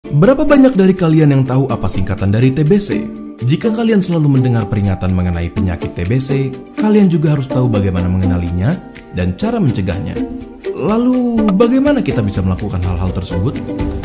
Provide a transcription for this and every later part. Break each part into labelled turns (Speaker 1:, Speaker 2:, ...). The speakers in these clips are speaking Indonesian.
Speaker 1: Berapa banyak dari kalian yang tahu apa singkatan dari TBC? Jika kalian selalu mendengar peringatan mengenai penyakit TBC, kalian juga harus tahu bagaimana mengenalinya dan cara mencegahnya. Lalu, bagaimana kita bisa melakukan hal-hal tersebut?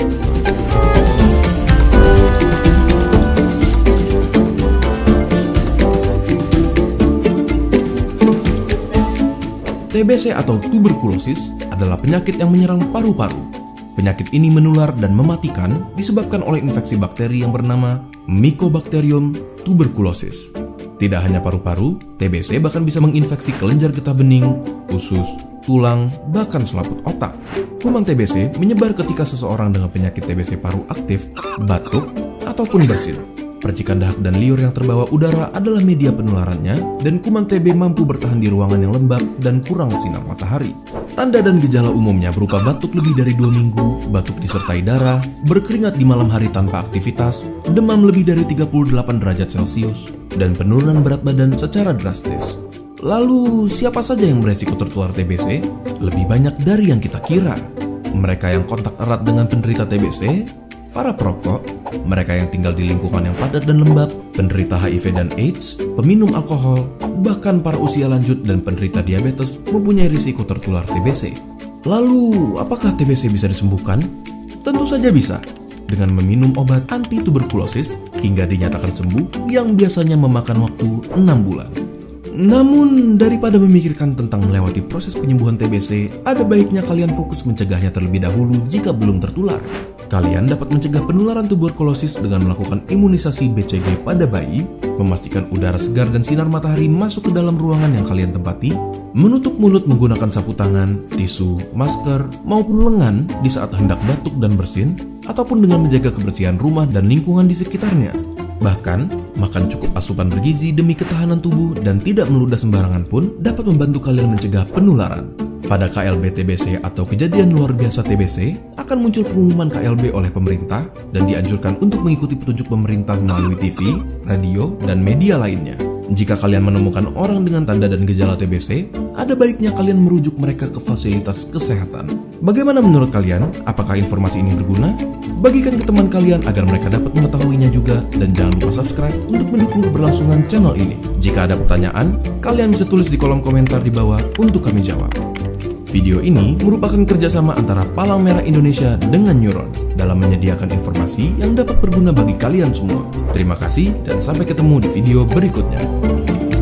Speaker 1: TBC atau tuberkulosis adalah penyakit yang menyerang paru-paru. Penyakit ini menular dan mematikan disebabkan oleh infeksi bakteri yang bernama Mycobacterium tuberculosis. Tidak hanya paru-paru, TBC bahkan bisa menginfeksi kelenjar getah bening, usus, tulang, bahkan selaput otak. Kuman TBC menyebar ketika seseorang dengan penyakit TBC paru aktif, batuk, ataupun bersin. Percikan dahak dan liur yang terbawa udara adalah media penularannya, dan kuman TB mampu bertahan di ruangan yang lembab dan kurang sinar matahari. Tanda dan gejala umumnya berupa batuk lebih dari 2 minggu, batuk disertai darah, berkeringat di malam hari tanpa aktivitas, demam lebih dari 38 derajat Celcius, dan penurunan berat badan secara drastis. Lalu, siapa saja yang beresiko tertular TBC? Lebih banyak dari yang kita kira. Mereka yang kontak erat dengan penderita TBC, para perokok, mereka yang tinggal di lingkungan yang padat dan lembab, penderita HIV dan AIDS, peminum alkohol, bahkan para usia lanjut dan penderita diabetes mempunyai risiko tertular TBC. Lalu, apakah TBC bisa disembuhkan? Tentu saja bisa, dengan meminum obat anti-tuberkulosis hingga dinyatakan sembuh yang biasanya memakan waktu 6 bulan. Namun, daripada memikirkan tentang melewati proses penyembuhan TBC, ada baiknya kalian fokus mencegahnya terlebih dahulu jika belum tertular. Kalian dapat mencegah penularan tuberkulosis dengan melakukan imunisasi BCG pada bayi, memastikan udara segar dan sinar matahari masuk ke dalam ruangan yang kalian tempati, menutup mulut menggunakan sapu tangan, tisu, masker, maupun lengan di saat hendak batuk dan bersin, ataupun dengan menjaga kebersihan rumah dan lingkungan di sekitarnya. Bahkan, makan cukup asupan bergizi demi ketahanan tubuh dan tidak meludah sembarangan pun dapat membantu kalian mencegah penularan. Pada KLB TBC atau kejadian luar biasa TBC, akan muncul pengumuman KLB oleh pemerintah dan dianjurkan untuk mengikuti petunjuk pemerintah melalui TV, radio, dan media lainnya. Jika kalian menemukan orang dengan tanda dan gejala TBC, ada baiknya kalian merujuk mereka ke fasilitas kesehatan. Bagaimana menurut kalian? Apakah informasi ini berguna? Bagikan ke teman kalian agar mereka dapat mengetahuinya juga, dan jangan lupa subscribe untuk mendukung keberlangsungan channel ini. Jika ada pertanyaan, kalian bisa tulis di kolom komentar di bawah untuk kami jawab. Video ini merupakan kerjasama antara Palang Merah Indonesia dengan Neuron dalam menyediakan informasi yang dapat berguna bagi kalian semua. Terima kasih dan sampai ketemu di video berikutnya.